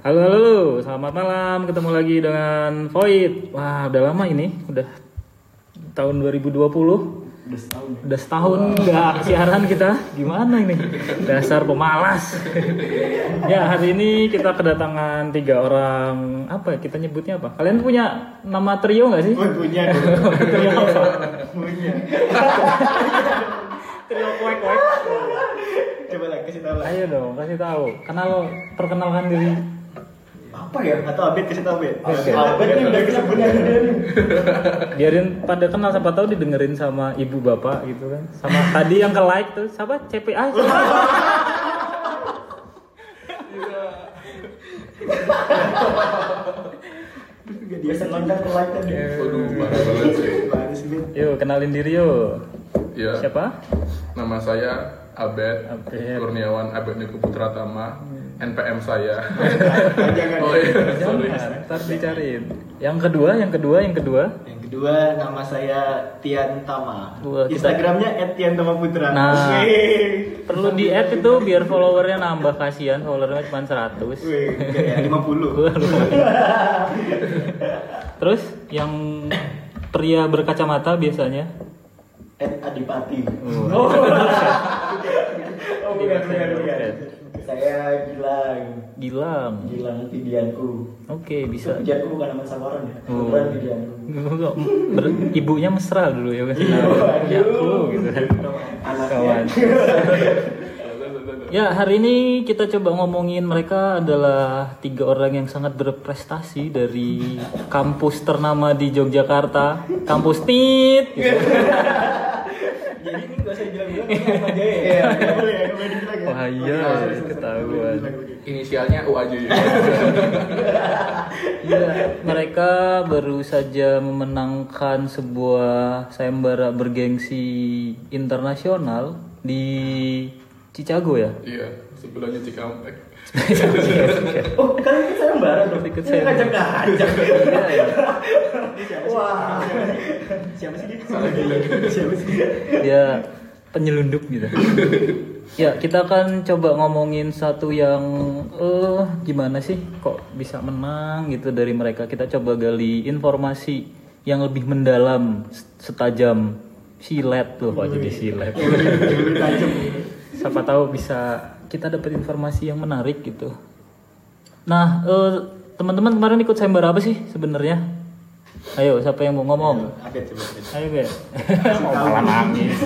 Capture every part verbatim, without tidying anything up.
Halo halo, selamat malam. Ketemu lagi dengan Void. Wah, udah lama ini, udah tahun dua ribu dua puluh. Udah setahun. Udah setahun nggak siaran kita. Gimana ini? Dasar pemalas. Ya, hari ini kita kedatangan tiga orang. Apa ya, kita nyebutnya apa? Kalian punya nama trio nggak sih? Oh, punya. Trio apa? Punya. Trio kuek-kuek. Coba lah kasih tahu lah. Ayo dong, kasih tahu. Kenal, perkenalkan diri. Apa ya? Atau Abed kasih tahu Abed. Oke. Abed ini udah kesebut dari dia. Biarin pada kenal, siapa tahu didengerin sama ibu bapak gitu kan. Sama tadi yang ke like tuh siapa? C P A. Biasa nonton ke like tadi. Waduh, parah banget sih. Baru sih. Yuk, kenalin diri yuk. Ya, Siapa? nama saya Abed, Abed. Kurniawan Abed Niko Putra Tama. N P M saya. Jangan. Oh iya, sorry. Jangan, ntar dicariin. Yang kedua, yang kedua, yang kedua. Yang kedua nama saya Tian Tama. Wah, kita- Instagramnya et tian tama putra. Nah. Wih. Perlu di add itu biar followernya nambah, kasihan followernya cuma seratus. Wih, kayak lima puluh. Wah, lumayan. Terus yang pria berkacamata biasanya. Et Adipati. Oh. Oh, bukan, bukan, bukan. Saya Gilang. Gilang. Gilang Vidianku. Oke, bisa. Vidianku bukan nama samaran ya. Oh. Bukan Vidianku. Ber- ibunya mesra dulu ya kan. Ya aku gitu kan. Kawan. Ya, hari ini kita coba ngomongin, mereka adalah tiga orang yang sangat berprestasi dari kampus ternama di Yogyakarta, kampus T I T gitu. Jadi ini gak usah bilang-bilang apa aja ya. Iya, gak boleh ya, gak boleh dibilang ya. Wah, iya, ketahuan. Inisialnya U aja ya. Iya, mereka baru saja memenangkan sebuah sayembara bergengsi internasional di Chicago ya. Iya, sebelahnya Cikampek. Oh, kalian ikut sayembara dong? Ikut Ini sayembara. ngajak-ngajak. Iya, iya. Wah. Siapa sih dia? Salah gila. Siapa sih dia? Dia penyelundup gitu. Ya, kita akan coba ngomongin satu yang eh gimana sih kok bisa menang gitu dari mereka. Kita coba gali informasi yang lebih mendalam, setajam silet tuh kok jadi silet. Lebih tajam. Siapa tahu bisa kita dapat informasi yang menarik gitu. Nah, eh, teman-teman kemarin ikut sayembara apa sih sebenarnya? Ayo, siapa yang mau ngomong? Abed coba. Abed. Ayo, Be. Malah nangis.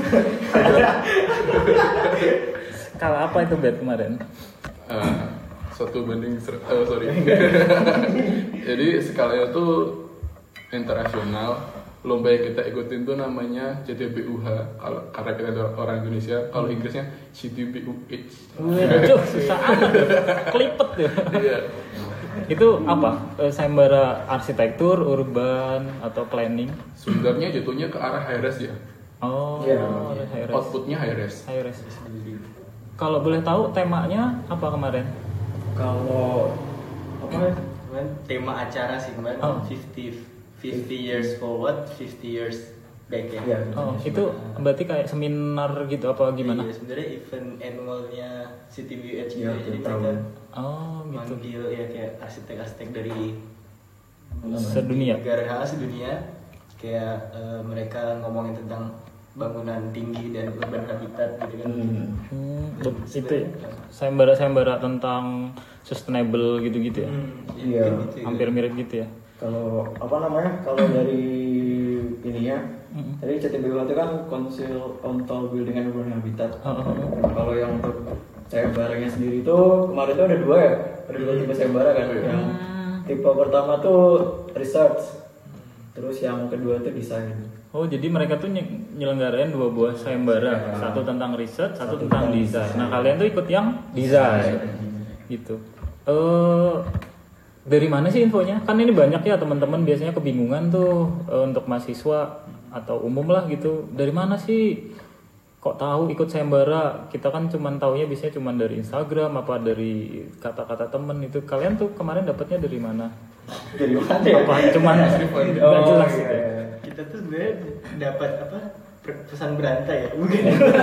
Skala apa itu, Bet, kemarin? Eh, satu banding ser- oh, sorry. Jadi skalanya tuh internasional. Lomba yang kita ikutin tuh namanya C T B U H. Kalau karena kita adalah orang Indonesia, kalau Inggrisnya C T B U H. Waduh, susah amat. Kelipet ya. Iya. Itu apa? Eh, Sayembara arsitektur, urban, atau planning? Sebenarnya jatuhnya ke arah high res ya. Oh, Iya. high res. Outputnya high res. High res. Kalau boleh tahu temanya apa kemarin? Kalau apa kemarin tema acara sih kemarin Oh. fifty fifty years forward, fifty years back ya. Iya. Oh, itu berarti kayak seminar gitu apa gimana? Iya, sebenarnya event annualnya C T B U H Iya, gitu. Jadi tiap mereka tahun. Oh, gitu. manggil ya kayak arsitek-arsitek dari Sedunia. negara sedunia. Kayak eh, mereka ngomongin tentang bangunan tinggi dan urban habitat gitu kan. Hmm, itu sayembara-sayembara tentang sustainable gitu-gitu ya. Hmm, Iya. kayak gitu ya. Hampir mirip gitu ya. Kalau apa namanya? Kalau dari ininya, dari C T B U H itu kan Council on Tall Building and Urban Habitat. Oh, oh, oh. Nah, kalau yang untuk sayembaranya sendiri itu kemarin tuh ada dua ya, ada dua tipe sayembara kan. Yang tipe pertama tuh research, terus yang kedua tuh desain. Oh, jadi mereka tuh nye- nyelenggarain dua buah sayembara, satu tentang riset, satu, tentang desain. Nah, kalian tuh ikut yang desain. Gitu. Eh dari mana sih infonya? Kan ini banyak ya teman-teman biasanya kebingungan tuh eh, untuk mahasiswa atau umum lah gitu. Dari mana sih kok tahu ikut sayembara? Kita kan cuman taunya biasanya cuman dari Instagram apa dari kata-kata temen itu. Kalian tuh kemarin dapatnya dari mana? Dari mana ya? Apa cuman nggak Oh, jelas iya, gitu. iya. Kita tuh sebenarnya dapat apa pesan berantai ya bukan.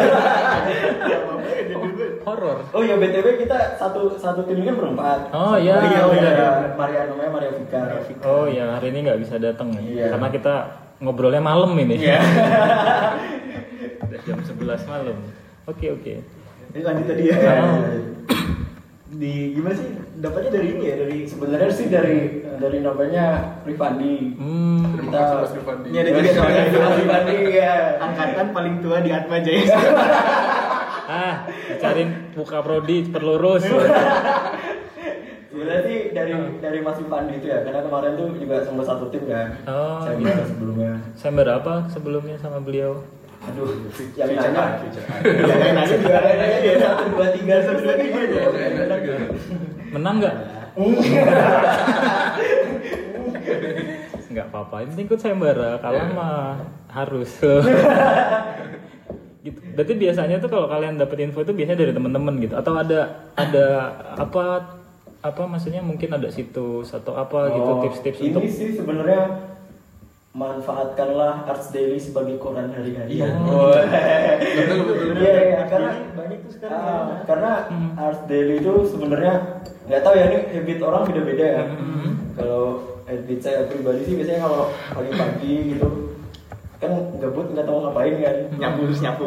Horor. Oh ya B T W kita satu satu tim ini kan berempat. Oh iya. Iya, Oh, iya. ada Maria namanya Maria Vika. Oh iya, hari ini nggak bisa datang ya. Iya. Karena kita ngobrolnya malam ini. Iya. Udah jam sebelas malam. Oke, oke. Ini lanjut tadi ya. Oh. Di gimana sih? Dapatnya dari ini ya, dari Sebenarnya sih dari dari namanya Rifandi. Hmm. Terima Kita- kasih Mas Rifandi. Ini ada juga soalnya Rifandi ya. angkatan paling tua di Atma Jaya. Ah, dicariin buka prodi cepet lurus. Sebenarnya sih dari dari Mas Rifandi itu ya, karena kemarin tuh juga sama satu tim kan. Oh, Saya iya. biasa sebelumnya. Sambar apa sebelumnya sama beliau? Aduh, yang Future nanya. Art, Future Art. Yang nanya juga Yang nanya dia satu dua tiga satu dua tiga. Enak juga. Menang nggak? Nggak apa-apa, ini ikut sayembara, kalah mah harus. Gitu. Berarti biasanya tuh kalau kalian dapet info itu biasanya dari teman-teman gitu, atau ada ada apa apa maksudnya mungkin ada situs atau apa gitu Oh, tips-tips ini untuk sih sebenarnya manfaatkanlah Arts Daily sebagai koran hari-hari. Iya. Oh. Betul, betul. Iya, iya, karena banyak tuh sekarang. Ah, ya. karena Hmm. Arts Daily itu sebenarnya nggak tahu ya, ini habit orang beda-beda ya. Hmm. Kalau habit saya pribadi sih biasanya kalau pagi-pagi gitu kan gabut nggak tahu ngapain kan. Nyapu terus nyapu.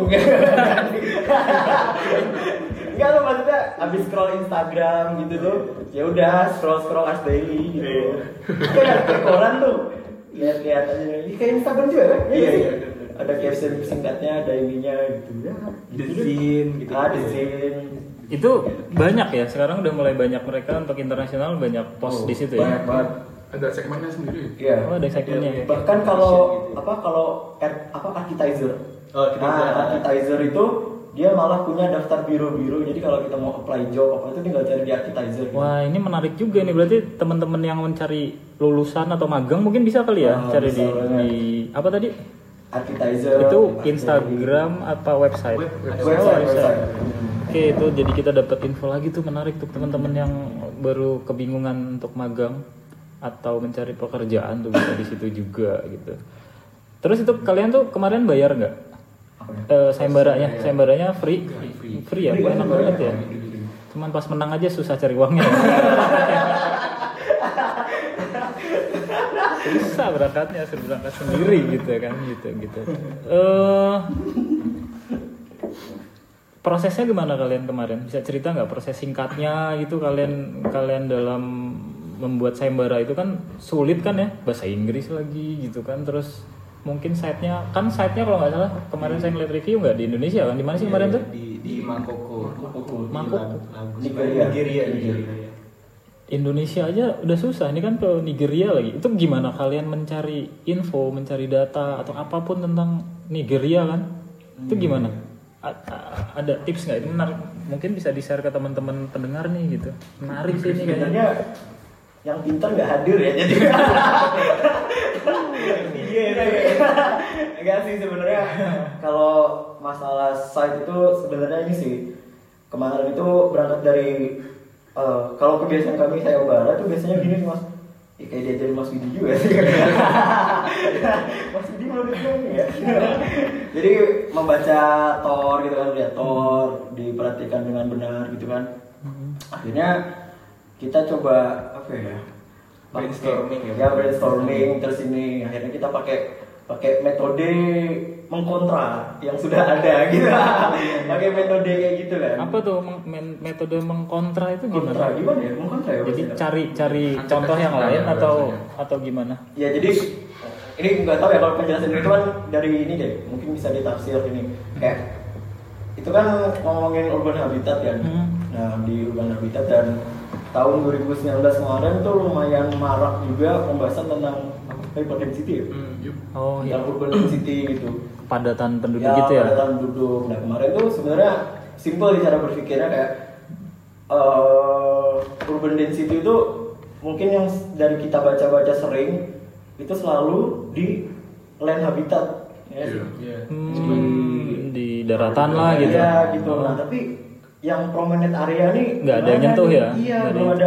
Enggak loh, maksudnya abis scroll Instagram gitu tuh, ya udah scroll scroll Arts Daily gitu. Kayak kayak koran tuh, lihat-lihat aja. Ini kayak Instagram juga kan? Iya, sih? iya. Ada caption singkatnya, ada ininya gitu ya. The Gitu deh. Zine gitu. Ah, The Zine. itu banyak ya sekarang udah mulai banyak mereka untuk internasional banyak post di situ ya. Banyak banget. Ada segmennya sendiri. Iya. Oh ada segmennya. Iya, iya. Bahkan kalau Gitu. apa kalau ar- apa architizer. Oh, kita Nah, architizer itu dia malah punya daftar biro-biro. Jadi kalau kita mau apply job apa itu tinggal cari di architizer. gitu. Wah ini menarik juga nih, berarti teman-teman yang mencari lulusan atau magang mungkin bisa kali ya Ah, cari bisa di, banget. di apa tadi? Architizer Itu Arts Instagram apa website? Web- Daily. Oh, website, website. Oke itu jadi kita dapat info lagi tuh, menarik tuh teman-teman yang baru kebingungan untuk magang atau mencari pekerjaan tuh bisa di situ juga gitu. Terus itu kalian tuh kemarin bayar nggak? Apa ya? Eh, sayembaranya, sayembaranya free, free ya, Free, enak kan, banget free. ya. Cuman pas menang aja susah cari uangnya. Susah berangkatnya, suruh berangkat sendiri gitu kan, gitu gitu. Eh prosesnya gimana kalian kemarin? Bisa cerita nggak proses singkatnya gitu kalian kalian dalam membuat sayembara itu kan sulit kan ya, bahasa Inggris lagi gitu kan, terus mungkin site-nya kan site-nya kalau nggak salah kemarin saya ngeliat review nggak di Indonesia kan, di mana sih kemarin tuh? di di Makoko. Makoko. Nigeria. Nigeria. Nigeria. Indonesia aja udah susah, ini kan ke Nigeria lagi. Itu gimana kalian mencari info, mencari data atau apapun tentang Nigeria kan? Itu gimana? A- a- ada tips nggak? Itu menarik. Mungkin bisa di-share ke teman-teman pendengar nih gitu. Menarik sih ini kayaknya. Sebenarnya yang pintar nggak hadir ya jadi. Iya, enggak sih sebenarnya kalau masalah site itu sebenarnya ini sih kemarin itu berangkat dari eh, kalau kebiasaan kami saya Bara itu biasanya gini sih mas, ya, kayak diajarin Mas Widi juga sih. Mas Widi belum ditanya ya. Jadi membaca Tor gitu kan, lihat Tor, diperhatikan dengan benar gitu kan. Akhirnya kita coba apa ya? pakai- Brainstorming ya. ya brainstorming terus ini akhirnya kita pakai pakai metode mengkontra yang sudah ada gitu. Pakai metode kayak gitu kan. Apa tuh meng- men- metode mengkontra itu Kontra gimana? gimana ya? Mengkontra ya. Jadi maksudnya? cari cari contoh yang lain atau atau gimana? Ya jadi ini nggak tahu ya kalau penjelasan itu kan dari ini deh, mungkin bisa ditafsir ini kayak itu kan ngomongin urban habitat kan. Hmm. Nah di urban habitat dan tahun dua ribu sembilan belas kemarin tuh lumayan marak juga pembahasan tentang urban density ya. Hmm, yup. Oh ya, Yang urban density gitu. padatan penduduk gitu ya. Padatan penduduk. Nah kemarin tuh sebenarnya simple di cara berpikirnya kayak uh, urban density itu mungkin yang dari kita baca-baca sering itu selalu di land habitat. Ya, sih? Iya. Hmm, di daratan lah gitu. Iya gitu. Nah tapi yang prominent area nih Nggak ada gimana nyentuh nih? ya? Iya Nggak ada belum yang- ada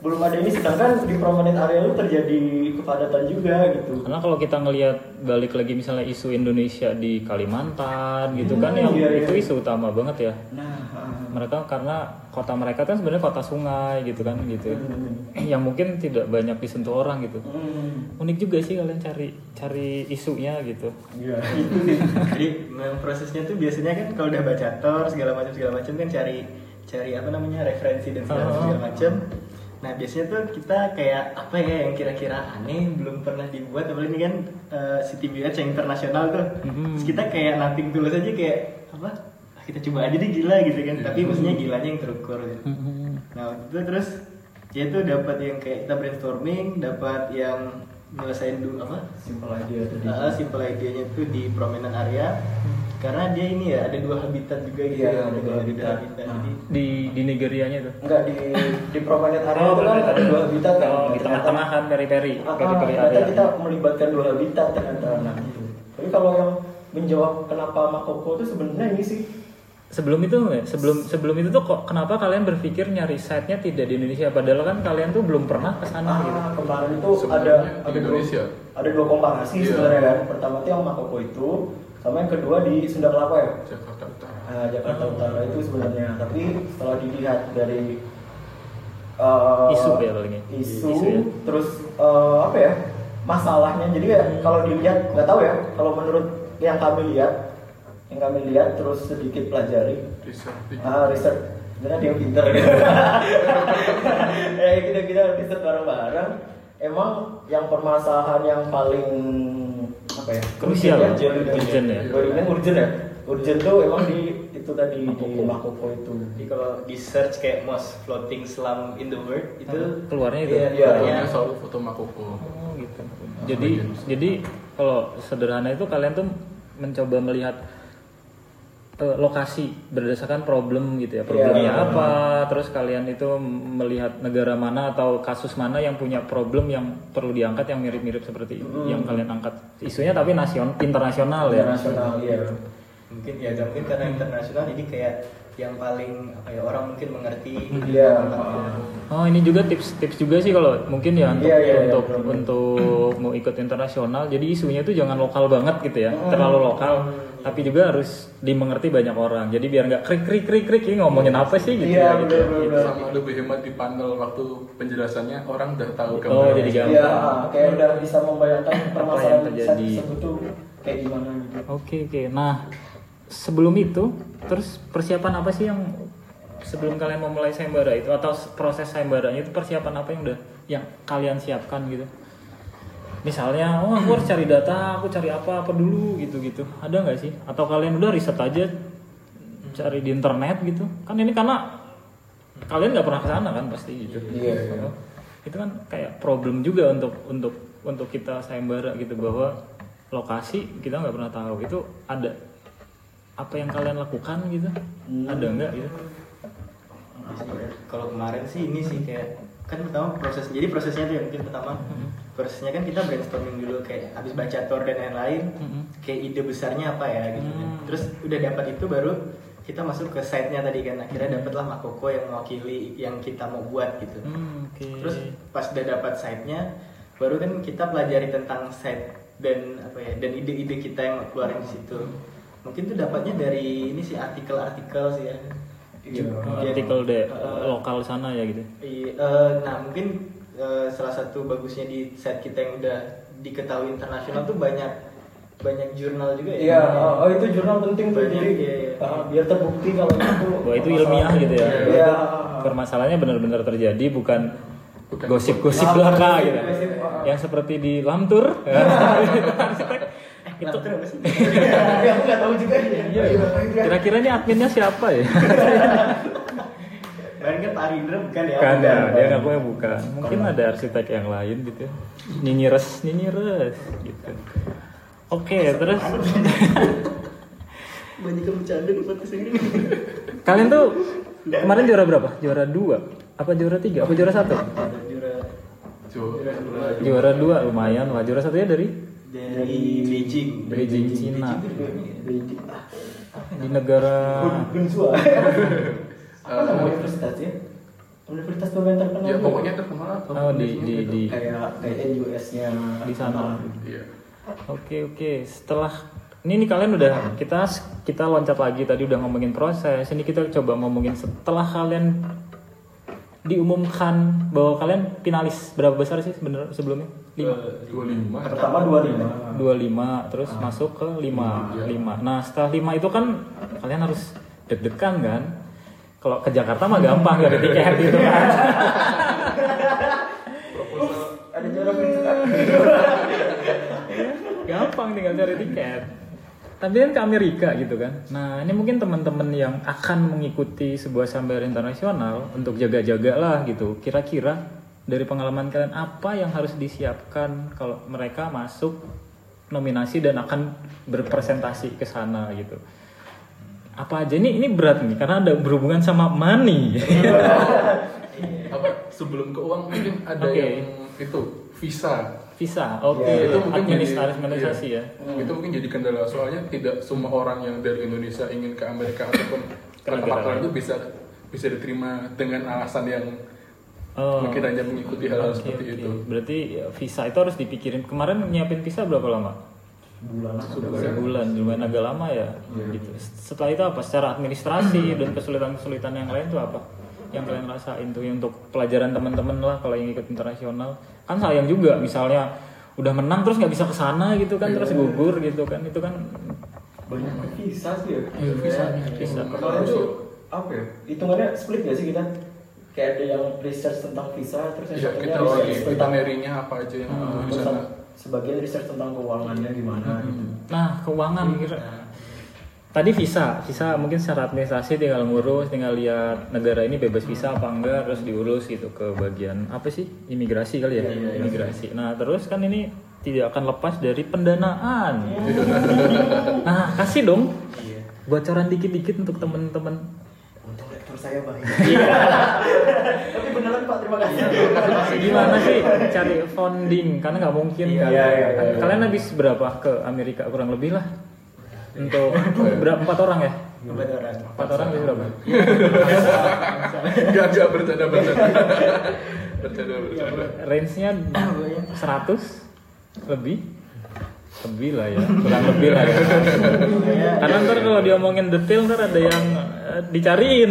belum ada ini, sedangkan di prominent area itu terjadi kepadatan juga gitu. Karena kalau kita ngelihat balik lagi misalnya isu Indonesia di Kalimantan gitu kan, Hmm, yang iya, iya. itu isu utama banget ya. Nah, Mereka karena kota mereka kan sebenarnya kota sungai gitu kan gitu. Hmm. Yang mungkin tidak banyak disentuh orang gitu. hmm, Unik juga sih kalian cari cari isunya gitu. iya. Itu sih. Jadi memang prosesnya tuh biasanya kan kalau udah baca tor segala macam segala macam kan cari cari apa namanya referensi dan segala, Oh. segala macam. Nah biasanya tuh kita kayak apa ya yang kira-kira aneh belum pernah dibuat, apalagi ini kan uh, City Village yang internasional tuh. Mhm. Terus kita kayak nothing tulus aja kayak apa? "Ah, kita coba aja deh gila gitu kan. Tapi maksudnya gilanya yang terukur gitu. Nah waktu itu terus ya itu dapat yang kayak kita brainstorming, dapat yang nyelesain dulu apa? Simple idea tadi. Uh, simple idea-nya itu di prominent area. Karena dia ini ya ada dua habitat juga gitu. Iya, ya, ada dua habitat. Nah. Jadi Di di Nigerianya tuh. Enggak, di di prominent area Oh, itu kan prominent ada area. dua habitat kan. Oh, di Ternyata- tengah-tengah kan peri-peri, Ah, ah, peri-peri ternyata area. kita melibatkan dua habitat ternyata. Nah, gitu. Tapi kalau yang menjawab kenapa Makoko itu sebenarnya ini sih. Sebelum itu nggak? sebelum sebelum itu tuh kok kenapa kalian berpikir nyari site-nya tidak di Indonesia, padahal kan kalian tuh belum pernah ke sana gitu. Ah, kemarin itu Sebenarnya ada di ada dua, Indonesia. ada dua komparasi Iya. sebenarnya kan. Pertama itu yang Makoko itu, sama yang kedua di Sunda Kelapa ya. Jakarta Utara. Nah, Jakarta Utara itu sebenarnya. Tapi setelah dilihat dari uh, Isu ya palingnya. isu, Isu ya. terus uh, apa ya masalahnya. Jadi ya kalau dilihat nggak tahu ya. Kalau menurut yang kami lihat, yang kami lihat terus sedikit pelajari. Research. Ah, riset. Sebenarnya dia pinter gitu. Ya kita kita riset bareng-bareng. Emang yang permasalahan yang paling apa ya? Krusial, urgent ya, urgent ya. Urgent urgent ya. Urgent tuh emang di itu tadi di Makoko itu. Jadi kalau di search kayak most floating slum in the world itu Keluarnya itu. Iya, Iya. keluarnya Namanya soal foto Makoko. Oh gitu. Jadi jadi kalau sederhana itu kalian tuh mencoba melihat eh, lokasi berdasarkan problem gitu ya. Problemnya Iya. apa? Terus kalian itu melihat negara mana atau kasus mana yang punya problem yang perlu diangkat yang mirip-mirip seperti yang kalian angkat. Isunya tapi nasional, internasional ya. Internasional iya. mungkin ya gak mungkin karena internasional jadi kayak yang paling apa ya orang mungkin mengerti. Iya. Oh ini juga tips-tips juga sih kalau mungkin ya untuk Iya, iya, iya, untuk betul. untuk mau ikut internasional. Jadi isunya itu jangan lokal banget gitu ya, Hmm. terlalu lokal. Tapi juga harus dimengerti banyak orang. Jadi biar nggak krik krik krik krik ini ngomongin apa sih gitu. Iya, ya, gitu. betul, betul. Sama lebih hemat di panel waktu penjelasannya orang udah tahu Oh, gambarnya. jadi gampang. Iya, kayak udah bisa membayangkan permasalahan yang terjadi. set tersebut tuh kayak gimana gitu. Oke oke. Nah sebelum itu, terus persiapan apa sih yang sebelum kalian memulai sayembara itu atau proses sayembaranya itu persiapan apa yang udah yang kalian siapkan gitu? Misalnya, oh aku harus cari data, aku cari apa apa dulu gitu-gitu. Ada nggak sih? Atau kalian udah riset aja, cari di internet gitu? Kan ini karena kalian nggak pernah kesana kan pasti gitu. Iya, iya. Itu kan kayak problem juga untuk untuk untuk kita sayembara gitu bahwa lokasi kita nggak pernah tahu. Itu ada apa yang kalian lakukan gitu? Ada nggak gitu? Kalau kemarin sih ini sih kayak kan pertama proses jadi prosesnya tuh ya mungkin pertama prosesnya kan kita brainstorming dulu kayak habis baca tor dan lain-lain Mhm. kayak ide besarnya apa ya gitu kan. Hmm. Terus udah dapat itu baru kita masuk ke site-nya tadi kan akhirnya dapatlah Makoko yang mewakili yang kita mau buat gitu. Hmm, oke. Terus pas udah dapat site-nya baru kan kita pelajari tentang site dan apa ya dan ide-ide kita yang keluarin di situ. Mungkin tuh dapatnya dari ini sih artikel-artikel sih ya. Iya. Oh, Jadi, artikel deh eh, lokal sana ya gitu. Iya, eh, nah mungkin eh, salah satu bagusnya di site kita yang udah diketahui internasional tuh banyak banyak jurnal juga ya. Iya, oh, oh, itu jurnal penting tuh Banyak, jadi iya, iya. ah, biar terbukti kalau itu. Wah itu ilmiah gitu ya. Iya. Permasalahannya benar-benar terjadi bukan Bukan gosip-gosip Ah, belaka gosip, gitu. gosip, ah. Yang seperti di Lamtur. Itu terus. Tapi aku nggak tahu juga. Iya, iya. Kira-kira ini adminnya siapa ya? Kemarin kan Pak Rindra bukan ya? Kan ya, Bukan. dia ngakunya bukan. Mungkin ada arsitek yang lain gitu. Nyinyires, nyinyires gitu. Oke, terus Banyak yang bercanda di podcast ini. kalian tuh kemarin juara berapa? Juara dua? Apa juara tiga? Apa juara satu? Juara Coba. Juara dua lumayan lah. Juara satunya dari dari Beijing. Beijing, Cina. Beijing. Di negara Gunsua. Apa namanya universitasnya? universitas pemain terkenal. Ya juga. pokoknya terkenal lah. Oh, di di di kayak kayak N U S-nya di sana. Iya. Oke oke. Setelah ini nih kalian udah kita kita loncat lagi tadi udah ngomongin proses. Ini kita coba ngomongin setelah kalian diumumkan bahwa kalian finalis berapa besar sih sebenarnya sebelumnya? lima. dua puluh lima. pertama dua puluh lima. dua puluh lima terus masuk ke lima. lima. Nah, setelah lima itu kan kalian harus deg-degan kan? Kalau ke Jakarta mah gampang gak ada tiket gitu kan. Ada jarak pintar. Gampang tinggal cari tiket. Tapi kan ke Amerika gitu kan. Nah ini mungkin teman-teman yang akan mengikuti sebuah sayembara internasional untuk jaga-jaga lah gitu. Kira-kira dari pengalaman kalian apa yang harus disiapkan kalau mereka masuk nominasi dan akan berpresentasi ke sana gitu. Apa aja ini ini berat nih karena ada berhubungan sama money. Apa sebelum ke uang mungkin ada Oke. yang itu visa. Visa, oke, Ya, itu mungkin Administ- jadi- administrasi iya. ya. Itu mungkin jadi kendala soalnya tidak semua orang yang dari Indonesia ingin ke Amerika ataupun ke Ke tempat negara lain itu bisa bisa diterima dengan alasan yang Oh. mungkin hanya mengikuti hal-hal Oke, seperti oke. itu. Berarti ya, visa itu harus dipikirin. Kemarin nyiapin visa berapa lama? Bulan Sebulan, lumayan agak lama ya. Gitu. Setelah itu apa? Secara administrasi dan kesulitan-kesulitan yang lain itu apa? Yang kalian rasain tuh untuk pelajaran teman-teman lah kalau yang ikut internasional. Kan sayang juga misalnya udah menang terus nggak bisa kesana gitu kan, terus gugur gitu kan, itu kan banyak visa sih ya. Iya, visa, visa. Kalau itu apa ya? Hitungannya split nggak sih kita? Kayak ada yang research tentang visa, terus yang Ya, satunya kita research lagi tentang itinerary-nya apa aja yang Hmm, di terus sana. sebagian research tentang keuangannya gimana gitu. Nah, keuangan kira. Tadi visa, visa mungkin secara administrasi tinggal ngurus, tinggal lihat negara ini bebas visa apa enggak, terus diurus gitu ke bagian apa sih? Imigrasi kali ya, Iya, iya, iya. imigrasi. Nah, terus kan ini tidak akan lepas dari pendanaan. Nah, kasih dong Iya. bocoran dikit-dikit untuk teman-teman. Untuk rektor saya baik. Iya. Tapi beneran Pak, terima kasih. Gimana sih cari funding? Karena nggak mungkin Iya, kan. iya, iya, iya. Kalian habis berapa ke Amerika kurang lebih lah? Untuk berapa empat orang ya? Empat orang. Empat orang habis berapa? Enggak, enggak bercanda bercanda. Bercanda bercanda. Range-nya seratus lebih? Lebih lah ya, kurang lebih lah ya. Karena ntar kalau diomongin detail ntar ada yang eh, dicariin.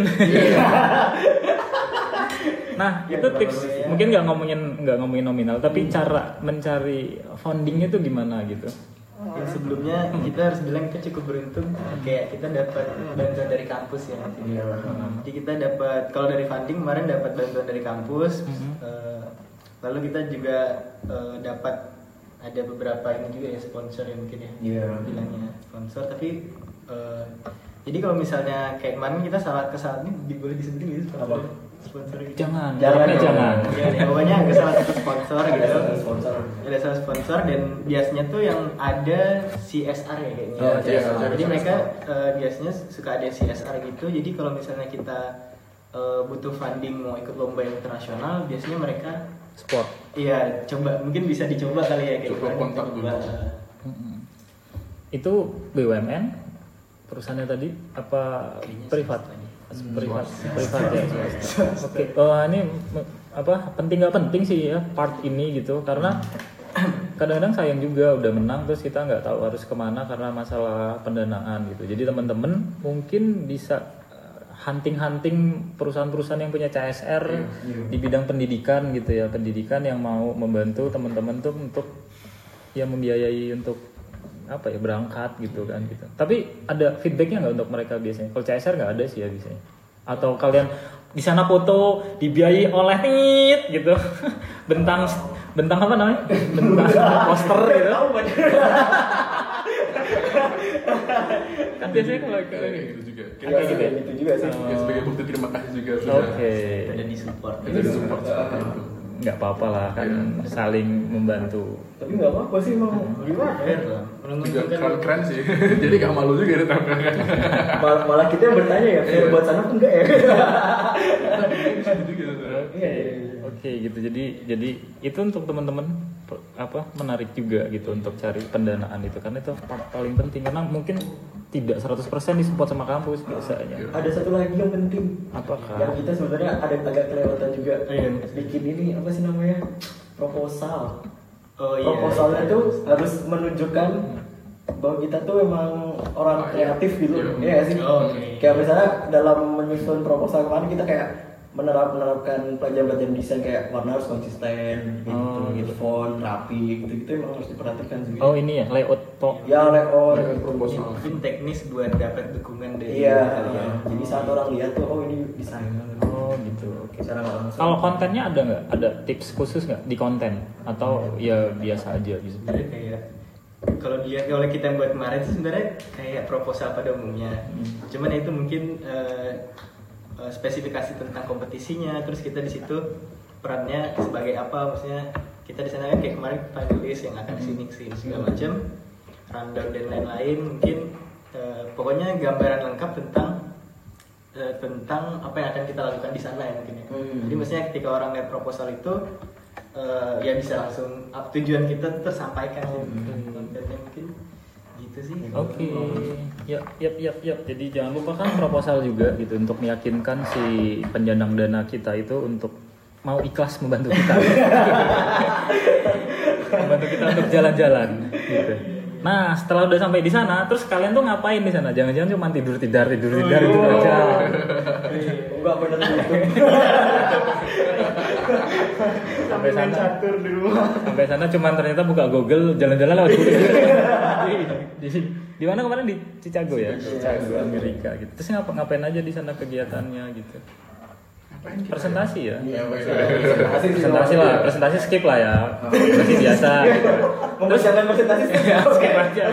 Nah itu tips, mungkin nggak ngomongin nggak ngomongin nominal, tapi cara mencari fundingnya tuh gimana gitu. Yang sebelumnya kita harus bilang kita cukup beruntung, kayak kita dapat bantuan dari kampus ya. Iya. Jadi kita dapat, kalau dari funding kemarin dapat bantuan dari kampus, Mhm. eh, lalu kita juga eh, dapat ada beberapa ini juga ya sponsor ya mungkin ya. Iya. Bilangnya sponsor, tapi eh, jadi kalau misalnya kayak kemarin kita salah ke saat ini boleh disebutin gitu sponsor. Apa? Sponsor gitu. Jangan, Jangan, pokoknya jangan. Ya, ya, pokoknya ada salah satu sponsor Ada gitu. satu sponsor. Ada salah sponsor dan biasanya tuh yang ada C S R ya kayaknya. Oh, Jadi- iya, jadi C S R. mereka eh, biasanya suka ada C S R gitu. Jadi kalau misalnya kita eh, butuh funding mau ikut lomba internasional, biasanya mereka Sport. iya coba mungkin bisa dicoba kali ya kayak Coba gimana, kontak coba. dulu. Mm-mm. Itu B U M N perusahaannya tadi apa Kayaknya privat? swasta nih. Privat, privat ya. Oke, oh ini m- apa penting nggak penting sih ya part ini gitu karena kadang-kadang sayang juga udah menang terus kita nggak tahu harus kemana karena masalah pendanaan gitu. Jadi teman-teman mungkin bisa eh, hunting-hunting perusahaan-perusahaan yang punya C S R di bidang pendidikan gitu ya, pendidikan yang mau membantu teman-teman tuh untuk ya membiayai untuk apa ya berangkat gitu kan gitu. Tapi ada feedbacknya nggak untuk mereka biasanya? Kalau C S R nggak ada sih ya biasanya. Atau kalian di sana foto dibiayai oleh tit gitu, bentang bentang apa namanya? Bentang poster gitu. Kan biasanya kalau Kayak kayak gitu juga. Kayak gitu ya? Gitu juga sih. Ya, sebagai bukti terima kasih juga sudah. Oke, Ada di support. Kita disupport seperti itu. nggak apa-apa lah kan saling membantu. Tapi nggak apa-apa sih mau gimana ya? Fair lah. Juga Menguntungkan keren-keren sih. Jadi gak malu juga ditampilkan. Mal- malah kita yang bertanya ya, fair buat sana apa enggak ya? Oke, oke gitu. Jadi jadi itu untuk teman-teman pe- apa menarik juga gitu untuk cari pendanaan itu karena itu part paling penting karena mungkin tidak seratus persen disupport sama kampus biasanya. Ada satu lagi yang penting. Apakah? Yang kita sebenarnya ada agak kelewatan juga. Iya. Bikin ini apa sih namanya? Proposal. Oh iya. Proposalnya itu harus menunjukkan bahwa kita tuh emang orang kreatif gitu. Iya. Iya nggak sih? Oh, oke. Kayak misalnya dalam menyusun proposal kemarin kita kayak menerap menerapkan pelajaran-pelajaran desain kayak warna harus konsisten, gitu, Oh, gitu, font rapi, gitu, gitu emang harus diperhatikan sih. Oh ini ya layout po. Ya layout. Layout gitu. proposal. Mungkin teknis buat dapat dukungan dari Iya. kalian. Jadi saat orang lihat tuh, oh ini desain. Oh gitu. Oke. Secara nggak langsung. Kalau kontennya ada nggak? Ada tips khusus nggak di konten? Atau ya biasa aja gitu? Sebenarnya kayak kalau dia kalau kita buat kemarin sih sebenarnya kayak proposal pada umumnya. Cuman itu mungkin eh, eh, spesifikasi tentang kompetisinya, terus kita di situ perannya sebagai apa, maksudnya kita di sana kan kayak kemarin panelis yang akan kesini kesini segala macam, rundown dan lain-lain. Mungkin eh, pokoknya gambaran lengkap tentang eh, tentang apa yang akan kita lakukan di sana ya mungkin ya. Hmm. Jadi maksudnya ketika orang lihat proposal itu eh, ya bisa langsung up, tujuan kita tersampaikan sih. Kontennya mungkin gitu sih. Oke, yap, yap, yap, yap. Jadi jangan lupa kan proposal juga gitu untuk meyakinkan si penjanang dana kita itu untuk mau ikhlas membantu kita, membantu kita untuk jalan-jalan gitu. Nah setelah udah sampai di sana, terus kalian tuh ngapain di sana? Jangan-jangan cuma tidur tidar tidur tidar gitu aja. Enggak bener gitu. Sampai main sana, catur di rumah. sampai sana cuma ternyata buka Google jalan-jalan lewat Google. di, di, di mana kemarin di Chicago ya, Chicago Amerika gitu. Terus ngapa ngapain aja di sana kegiatannya gitu? Presentasi ya? Iya, presentasi sih. Presentasi lah, presentasi skip lah ya, presentasi biasa. Gitu. Mempersiapkan presentasi sih. Skip aja.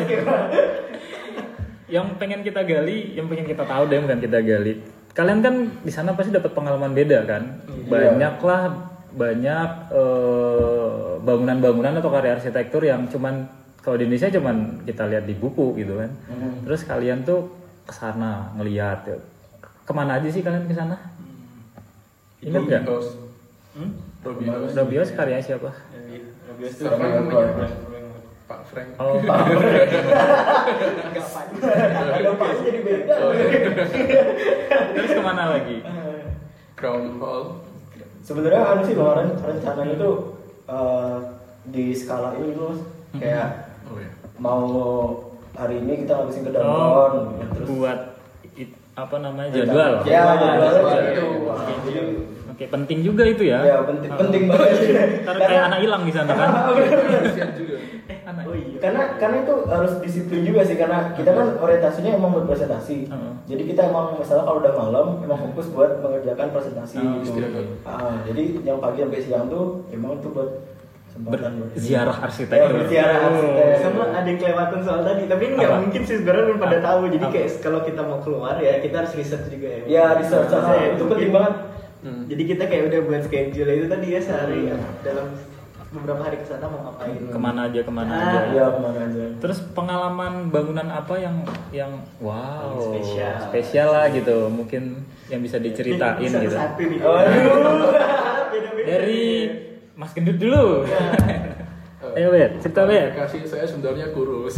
Yang pengen kita gali, yang pengen kita tahu deh, bukan kita gali. Kalian kan di sana pasti dapat pengalaman beda kan? Banyak lah, banyak eh, bangunan-bangunan atau karya arsitektur yang cuman kalau di Indonesia cuman kita lihat di buku gitu kan. Terus kalian tuh kesana ngelihat, kemana aja sih kalian kesana? Ingat nggak? Hmm? Robi House. Robios karya siapa? Robios itu Sekarang orang punya punya Pak Frank. Oh, agak panjang. Agak pas jadi beda. terus kemana lagi? Crown Hall. Sebenarnya anu sih kemarin rencananya tuh eh, di skala ini tuh Mas. Kayak Oh ya. mau hari ini kita ngabisin ke Oh, downtown terus buat it- apa namanya jadwal. ya jadwal Jadwal. itu. Jadi Oke, penting juga itu ya. ya penting penting banget. Ntar kayak anak hilang di sana kan. Kasihan juga. Eh, anak. Oh iya. karena karena itu harus disiplin juga sih karena kita kan orientasinya emang buat presentasi. Heeh. Jadi kita emang misalnya kalau udah malam emang fokus buat mengerjakan presentasi Oh, gitu. istirahat. Ah, jadi yang pagi sampai siang tuh emang tuh buat kesempatan buat ini. Berziarah arsitek. Ya, berziarah arsitek. Sama ada yang kelewatan soal tadi, tapi ini nggak Apa? mungkin sih sebenarnya belum pada Apa? tahu. Jadi Apa? kayak kalau kita mau keluar ya kita harus riset juga ya. Ya, research Maksudnya ah, itu penting banget. Hmm. Jadi kita kayak udah buat schedule itu tadi ya sehari ya, dalam beberapa hari kesana mau ngapain. Kemana aja, kemana Ah, aja. Iya, kemana aja. Terus pengalaman bangunan apa yang yang wow Paling spesial. spesial lah gitu, mungkin yang bisa diceritain Ini gitu. satu-satu nih. Aduh. Beda-beda. Dari Mas Gendut dulu. Ayo Bet, cerita Bet. Kasih saya sebenarnya kurus.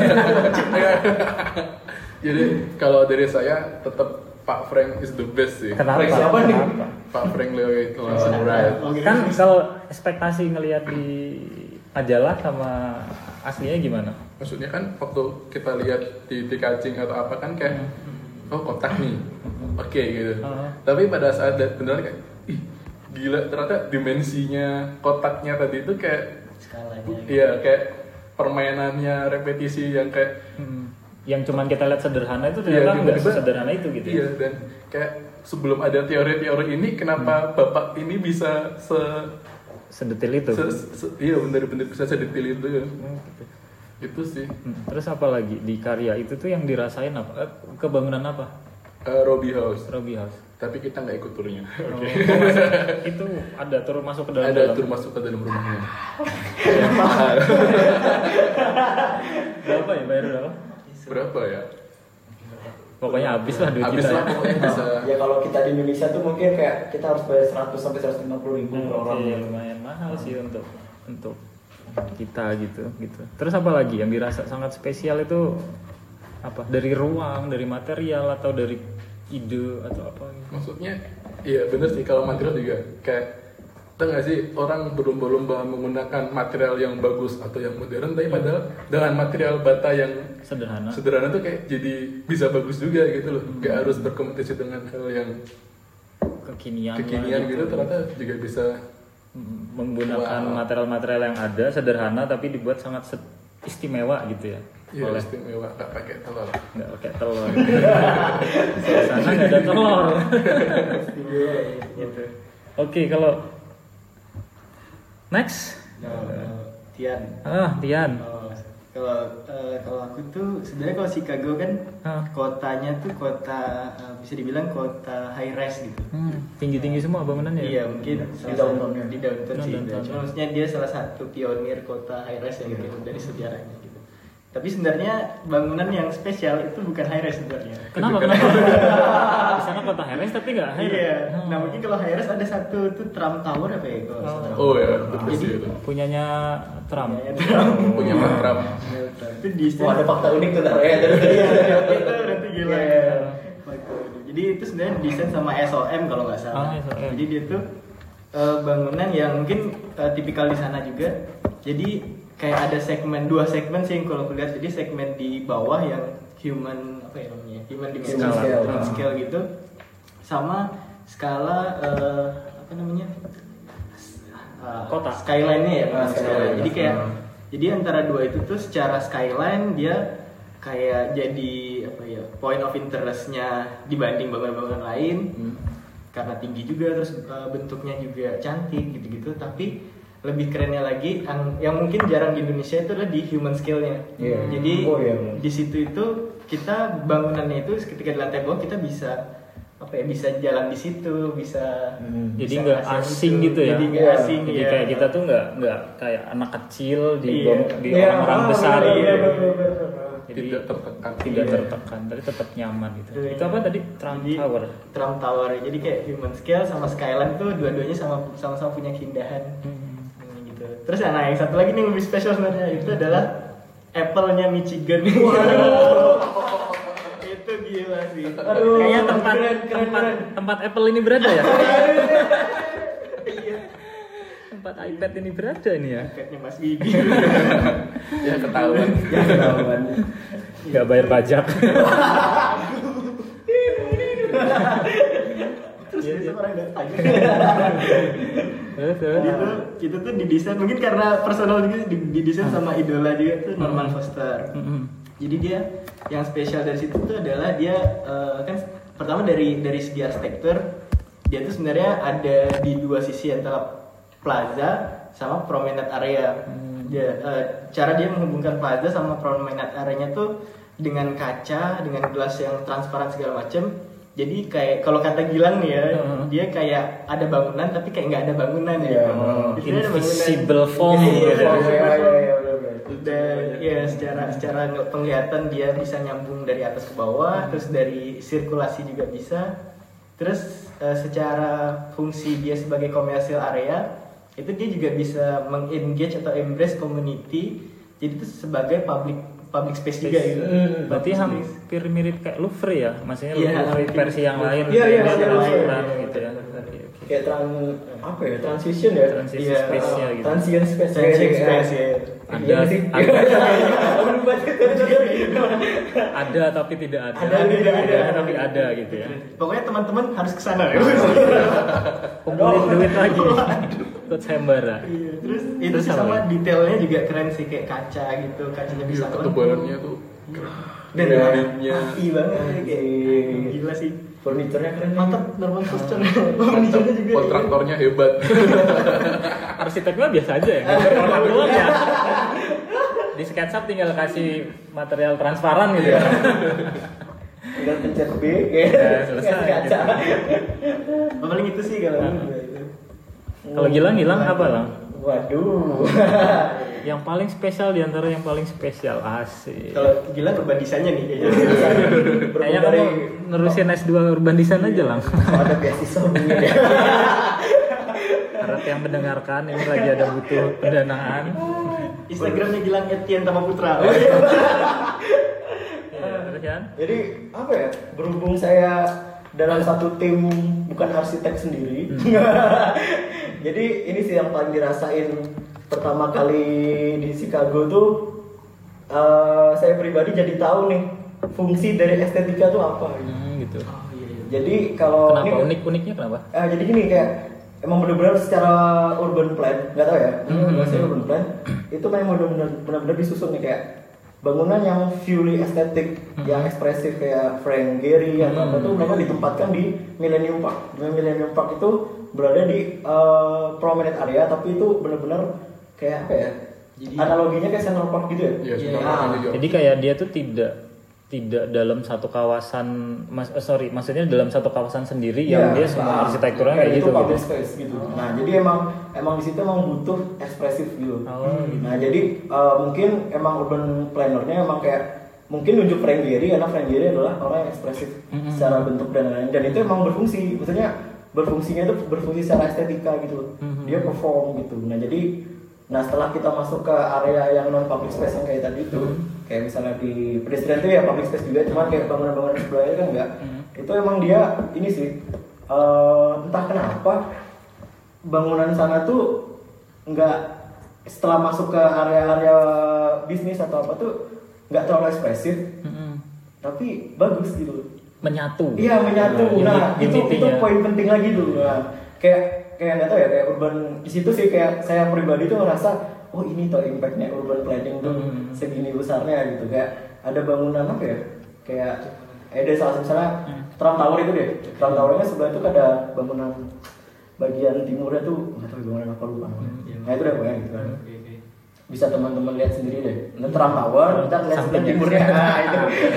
Jadi kalau dari saya tetap Pak Frank is the best sih. Kenapa? Frank siapa nih? Kenapa? Pak Frank Leo itu langsung right. Kan kalau ekspektasi ngelihat di majalah sama aslinya gimana? Maksudnya kan waktu kita lihat di di kacing atau apa kan kayak oh kotak nih, oke gitu. Uh-huh. Tapi pada saat dat- benar kayak ih gila ternyata dimensinya kotaknya tadi itu kayak Skalanya. iya kayak permainannya repetisi yang kayak Hmm. Yang cuman kita lihat sederhana itu iya, ternyata nggak tiba-tiba- sesederhana itu gitu. Iya dan kayak sebelum ada teori-teori ini kenapa bapak ini bisa se, Sedetil itu. se- se- iya benar-benar bisa sedetil itu ya. Hmm, gitu. Itu sih Hmm, Terus apa lagi di karya itu tuh yang dirasain apa? Eh, kebangunan apa? uh, Robbie House. Robbie House. Tapi kita nggak ikut turnya. Oh, masuk- itu ada tur masuk ke dalam Ada dalam. tur masuk ke dalam rumahnya. Berapa ya bayar berapa? Berapa ya? Pokoknya habis lah duit Habis kita. lah ya. pokoknya bisa. Ya kalau kita di Indonesia tuh mungkin kayak kita harus bayar seratus sampai seratus lima puluh ribu per orang. Oke, lumayan mahal sih untuk untuk kita gitu gitu. Terus apa lagi yang dirasa sangat spesial itu Apa? Dari ruang, dari material atau dari ide atau apa gitu? Maksudnya, iya bener sih kalau material juga kayak tau nggak sih orang berlomba-lomba menggunakan material yang bagus atau yang modern, tapi padahal dengan material bata yang Sederhana. sederhana tuh kayak jadi bisa bagus juga gitu loh. Gak harus berkompetisi dengan hal yang Kekinian, kekinian lah gitu, ternyata juga bisa Mm, menggunakan Wow. material-material yang ada sederhana tapi dibuat sangat se- istimewa gitu ya. ya Oleh istimewa, gak pakai telur. nggak pakai telur. Sana nggak ada telur. Gitu. Oke, kalau next, Nah, Tian. ah Tian. Oh, kalau eh, kalau aku tuh sebenarnya kalau Chicago kan Ah. kotanya tuh kota eh, bisa dibilang kota high rise gitu. Hmm, tinggi-tinggi semua bangunannya. Iya ya? mungkin Di salah downtown-nya. satu- di downtown sih. Downtown. Cuma maksudnya dia salah satu pionir kota high rise yang gitu dari sejarahnya gitu. Tapi sebenarnya bangunan yang spesial itu bukan high rise sebenarnya. Kenapa? Kenapa? Di sana kota high rise tapi nggak high rise. Iya. Hmm. Nah mungkin kalau high rise ada satu tuh Trump Tower apa ya kalau nggak salah. Oh ya, betul sih itu. Punyanya Trump. Punyanya Trump. Punya Pak Trump. Itu di Wah, ada fakta unik tuh Dar. Ya, terus Iya, itu berarti gila. Iya. Jadi itu sebenarnya desain sama S O M kalau nggak salah. Ah, S O M. Jadi dia tuh eh, bangunan yang mungkin eh, tipikal di sana juga. Jadi kayak ada segmen dua segmen sih yang kalau aku lihat. Jadi segmen di bawah yang human apa ya namanya? Human dimension, Human scale. human scale gitu. Sama skala eh, apa namanya? Eh, Kota. Skyline-nya ya, Ah, skyline. skyline. Jadi kayak Hmm. jadi antara dua itu tuh secara skyline dia kayak jadi apa ya point of interestnya dibanding bangunan-bangunan lain karena tinggi juga terus uh, bentuknya juga cantik gitu-gitu. Tapi lebih kerennya lagi yang, yang mungkin jarang di Indonesia itu adalah di human scale-nya. Iya. Jadi Oh, iya. di situ itu kita bangunannya itu ketika di lantai bawah kita bisa apa ya bisa jalan di situ bisa Hmm. Jadi bisa nggak ngerasain asing itu. gitu ya. Jadi nggak Iya. asing Jadi ya. kayak kita tuh nggak nggak kayak anak kecil di Iya. bom- di Iya, orang-orang ah, besar bener, gitu. bener, bener, bener. Jadi Tidak tertekan. tidak Iya. tertekan, tapi tetap nyaman gitu. Iya. Itu apa tadi? Trump Jadi, Tower. Trump Tower. Jadi kayak human scale sama skyline tuh dua-duanya sama sama-sama punya keindahan. Hmm. Hmm, gitu. Terus nah yang satu lagi nih yang lebih spesial sebenarnya itu adalah Apple-nya Michigan. Itu gila sih. Aduh, Kayaknya tempat keren, keren, tempat keren. tempat Apple ini berada ya. Iya. Tempat iPad ini berada ini ya. IPad-nya Mas Gigi. Ya ketahuan. Ya, ketahuan. Nggak bayar pajak. Terus besok orang datang. Terus, terus. Itu itu tuh didesain mungkin karena personal juga di- didesain sama idola juga tuh Norman Foster. Mm-mm. Jadi dia yang spesial dari situ tuh adalah dia eh, kan pertama dari dari segi arsitektur dia tuh sebenarnya ada di dua sisi antara plaza sama promenade area. Dia eh, cara dia menghubungkan plaza sama promenade areanya tuh dengan kaca, dengan gelas yang transparan segala macem. Jadi kayak kalau kata Gilang nih ya, Hmm. dia kayak ada bangunan tapi kayak nggak ada bangunan ya. Iya. Di sini ada bangunan- Invisible foam Iya, gitu. Iya, invisible iya, foam. iya, iya, bener, bener. Dan ya secara secara nge- penglihatan dia bisa nyambung dari atas ke bawah, terus dari sirkulasi juga bisa. Terus eh, secara fungsi dia sebagai commercial area itu dia juga bisa mengengage atau embrace community. Jadi itu sebagai public public space juga gitu. Hmm, Berarti Public space. hampir mirip kayak Louvre ya, maksudnya Iya, Louvre mungkin. versi yang lain. Iya, iya, versi iya, yang iya, lain iya, gitu ya. iya. Oke, oke. Kayak tran apa ya? Transition ya? Transisi Iya, space-nya gitu. Transient space. Transit Kayak- space ya. Ada, Iya sih. ada, Aku lupa juga. ada tapi tidak ada. Ada, tidak ada. tapi ada gitu ya. Pokoknya teman-teman harus ke sana ya. Kumpulin duit lagi. Ikut sayembara. Iya, terus itu Terus sih apa sama lagi? detailnya juga keren sih kayak kaca gitu, kacanya bisa Iya, ketebalannya tuh dan Iya. dindingnya rapi banget kayak gila sih. Furniturnya keren. Mantap Norman Foster. mantap. Furniturnya juga. Kontraktornya hebat. Arsiteknya biasa aja ya. Gambar kotak doang ya. Di SketchUp tinggal kasih material transparan gitu ya. Tinggal pencet B, Ya, kayak selesai, kaca. Oh, paling itu sih kalau gue itu. Kalau Gilang, Gilang apa Lang? Waduh. Yang paling spesial di antara yang paling spesial asik. Kalau gila urban desainnya nih kayaknya. Kayaknya kamu nerusin S dua Urban Design aja Lang. Kalau ada beasiswa mungkin ya. Harap yang mendengarkan ini lagi ada butuh pendanaan. Instagramnya Gilang Etienne sama Putra. Ya, terus kan? Jadi apa ya? Berhubung saya dalam satu tim bukan arsitek sendiri. Hmm. Jadi ini sih yang paling dirasain pertama kali di Chicago tuh uh, saya pribadi jadi tahu nih fungsi dari estetika tuh apa gitu. Hmm, gitu. Oh, iya, iya. Jadi kalau Kenapa ini, unik-uniknya kenapa? Uh, jadi gini kayak emang benar-benar secara urban plan, nggak tahu ya, Hmm. bahasa urban plan itu memang benar-benar benar-benar disusun nih kayak bangunan yang purely estetik, Hmm. yang ekspresif kayak Frank Gehry atau apa Hmm. tuh memang ditempatkan di Millennium Park. Di Millennium Park itu berada di uh, promenade area, tapi itu benar-benar kayak apa ya? Jadi- analoginya kayak Central Park gitu ya. Iya, Iya, sudah ah. juga. Jadi kayak dia tuh tidak tidak dalam satu kawasan, mas, eh, sorry, maksudnya dalam satu kawasan sendiri yang Iya, dia semua ah, arsitekturnya kayak gitu. itu public gitu. space gitu. Nah, jadi emang emang di situ emang butuh ekspresif gitu. Oh, gitu. Nah, jadi uh, mungkin emang urban planner-nya emang kayak mungkin nunjuk Frank Gehry karena Frank Gehry adalah orang yang ekspresif Mm-hmm. secara bentuk dan lain-lain, dan itu emang berfungsi. Maksudnya berfungsinya itu berfungsi secara estetika gitu. Mm-hmm. Dia perform gitu. Nah, jadi nah setelah kita masuk ke area yang non public space yang kayak tadi itu, Mm-hmm. kayak misalnya di pedestrian itu ya public space juga, cuman kayak bangunan-bangunan di sebelahnya kan enggak. Mm-hmm. Itu emang dia ini sih uh, entah kenapa bangunan sana tuh nggak, setelah masuk ke area-area bisnis atau apa tuh nggak terlalu ekspresif, Mm-mm. tapi bagus gitu. Menyatu. Iya menyatu. Nah, Unit- itu itu unitinya. poin penting lagi tuh. Nah, kayak kayak nggak tahu ya kayak urban di situ sih kayak saya pribadi tuh ngerasa oh ini tuh impactnya urban planning tuh Hmm. segini besarnya gitu. Kayak ada bangunan apa ya? Kayak eh ada salah satu misalnya Hmm. Trump Tower itu deh. Trump Towernya sebelah itu ada bangunan bagian timurnya tuh nggak tahu bangunan apa lupa. Hmm. Nah itu udah pokoknya gitu kan. Oke, oke. Bisa teman-teman lihat sendiri deh. Nah, Trump Tower, kita lihat sebelah Sampingnya. timurnya. Ah, itu.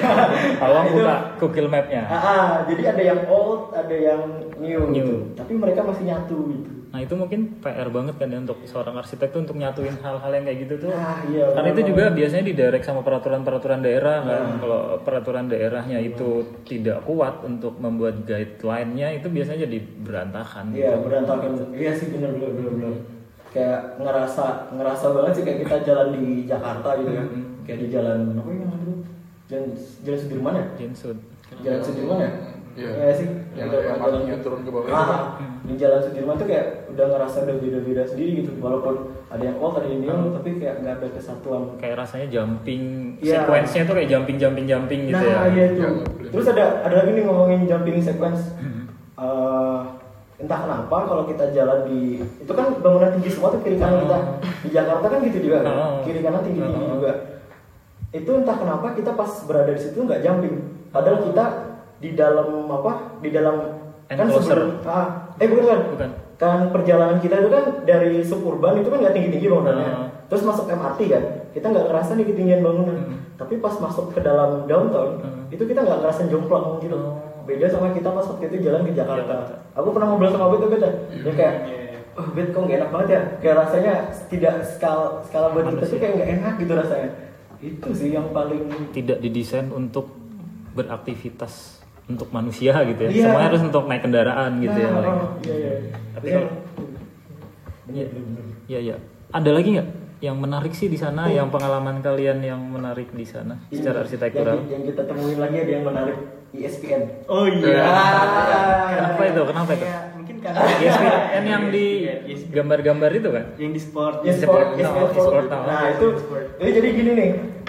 Awang Itu- buka Google Map-nya. Ah, ah, jadi ada yang old, ada yang new, New. gitu. Tapi mereka masih nyatu gitu. Nah itu mungkin P R banget kan ya untuk seorang arsitek tuh untuk nyatuin hal-hal yang kayak gitu tuh. Ah, iya, Karena itu benar juga banget. biasanya didirect sama peraturan-peraturan daerah kan. Nah. Kalau peraturan daerahnya itu tidak kuat untuk membuat guideline-nya itu biasanya jadi berantakan. Iya, gitu. berantakan. Iya sih benar benar benar benar. Kayak ngerasa ngerasa banget sih kayak kita jalan di Jakarta gitu ya. Mhm. Kayak di jalan apa yang itu? Jalan Jalan Sudirman ya? Jensud. Jalan Sudirman ya? Iya. Iya sih. Yang Ada- kayak ada paginya jalan- turun ke bawah. Ah, di Jalan Sudirman tuh kayak udah ngerasa udah beda-beda sendiri gitu. Walaupun ada yang old, ada yang new, Hmm. tapi kayak nggak ada kesatuan. Kayak rasanya jumping, Iya. sequence-nya tuh kayak jumping jumping jumping gitu ya. Nah, iya itu. Iya, nggak boleh. Terus ada ada lagi nih ngomongin jumping sequence. Hmm. Eh, entah kenapa kalau kita jalan di itu kan bangunan tinggi semua tuh kiri kanan kita. Di Jakarta kan gitu juga. kan? Oh. Kiri kanan tinggi tinggi Oh. juga. Itu entah kenapa kita pas berada di situ nggak jumping. Padahal kita di dalam apa? Di dalam kan Enclosure. sebelum ah eh bukan kan? Bukan. Kan perjalanan kita itu kan dari suburban itu kan nggak tinggi-tinggi bangunannya. Ah. Terus masuk M R T kan, kita nggak ngerasa nih ketinggian bangunan. Hmm. Tapi pas masuk ke dalam downtown, Hmm. itu kita nggak ngerasa jomplang gitu. Oh. Beda sama kita pas waktu itu jalan ke Jakarta. Jakarta. Aku pernah ngobrol sama Bet tuh Bet ya. Dia kayak, Iya. oh Bet kok nggak enak banget ya. Kayak rasanya tidak skala skala buat kita tuh kayak nggak enak gitu rasanya. Itu sih yang paling Tidak didesain untuk beraktivitas untuk manusia gitu ya. Iya. Semuanya harus untuk naik kendaraan gitu ya. Nah, paling. oh, iya iya. Tapi Iya. kalau- Bener, bener, bener. Iya iya. Ada lagi nggak yang menarik sih di sana? Yang pengalaman kalian yang menarik di sana Ini secara arsitektural? Yang, yang kita temuin lagi ada yang menarik E S P N. Oh iya. Ah. Kenapa itu? Kenapa itu? Kayak mungkin karena E S P N yang di Iya, E S P N. gambar-gambar itu kan? yang di sport. Ya, Sport, sport, no, ya, sport, sport, sport. no. Nah itu, itu jadi gini nih,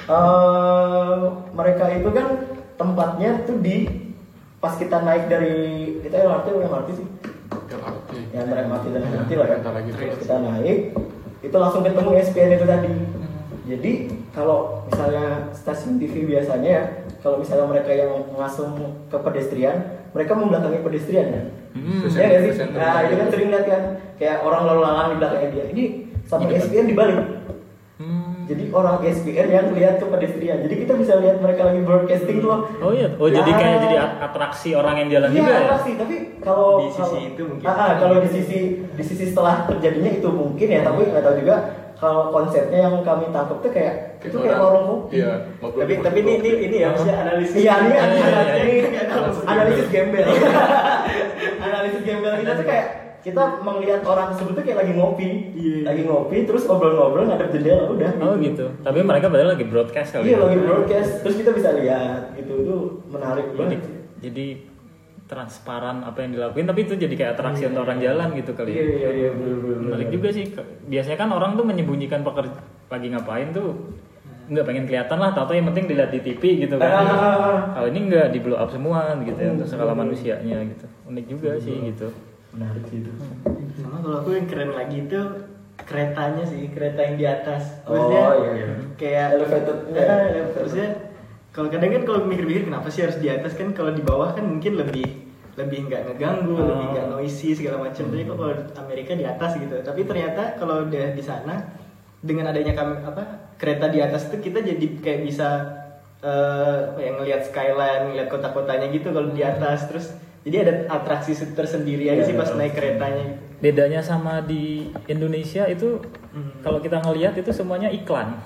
eh, mereka itu kan tempatnya tuh di pas kita naik dari kita L R T atau M R T sih, L R T. ya antara M R T dan M R T lah kan. Bentar lagi Terus terus. kita naik, itu langsung ketemu E S P N itu tadi. Jadi kalau misalnya stasiun T V biasanya ya, kalau misalnya mereka yang langsung ke pedestrian, mereka membelakangi pedestrian ya. Hmm. Ya nggak sih? Presenter. Nah itu kan sering lihat kan, kayak orang lalu lalang di belakangnya dia. Ini sama E S P N dibalik. Hmm. Jadi orang E S P N yang lihat ke pedestrian. Jadi kita bisa lihat mereka lagi broadcasting tuh. Oh iya. Oh jadi Ya. kayak jadi at- atraksi orang yang jalan Iya, juga ya? pasti. Tapi kalau Di sisi kalau- itu mungkin. Ah, ah, kalau di sisi di sisi setelah terjadinya itu mungkin ya, tapi nggak tahu juga. Kalau konsepnya yang kami tangkap tuh kayak itu kayak warung kopi. Iya. ngobrol Tapi di tapi ini kopi. ini ini ya maksudnya analisis. Iya, ini Iya, analisis, iya, iya. ini analisis gembel. Analisis gembel kita tuh kayak kita melihat orang tersebut tuh kayak lagi ngopi, Iya. lagi ngopi terus ngobrol-ngobrol ngadep jendela udah. Oh gitu. Tapi mereka padahal lagi broadcast kali. Iya ya. lagi broadcast, terus kita bisa lihat gitu, itu menarik Jadi, banget. jadi transparan apa yang dilakuin, tapi itu jadi kayak atraksi untuk orang jalan gitu kali ya. Iya iya iya bener-bener. Menarik juga sih. Biasanya kan orang tuh menyembunyikan pekerja lagi ngapain tuh nggak pengen kelihatan lah, atau yang penting dilihat di T V gitu kan. Ah. Kalau ini nggak di blow up semua gitu ya untuk skala manusianya gitu. Unik juga sih gitu. Menarik sih itu. Sama kalau aku yang keren lagi itu keretanya sih, kereta yang di atas. Oh, Maksudnya iya, iya. kayak Elevated. Ya, maksudnya kalau kadang kan kalau mikir-mikir kenapa sih harus di atas, kan kalau di bawah kan mungkin lebih lebih nggak ngeganggu, Oh. lebih nggak noisy segala macam. Tapi kok kalau Amerika di atas gitu. Tapi ternyata kalau udah di sana dengan adanya kami apa kereta di atas itu kita jadi kayak bisa uh, apa ya, ngelihat skyline, ngelihat kota-kotanya gitu kalau di atas. Terus jadi ada atraksi tersendiri aja Iya, sih pas betul. naik keretanya. Bedanya sama di Indonesia itu kalau kita ngelihat itu semuanya iklan.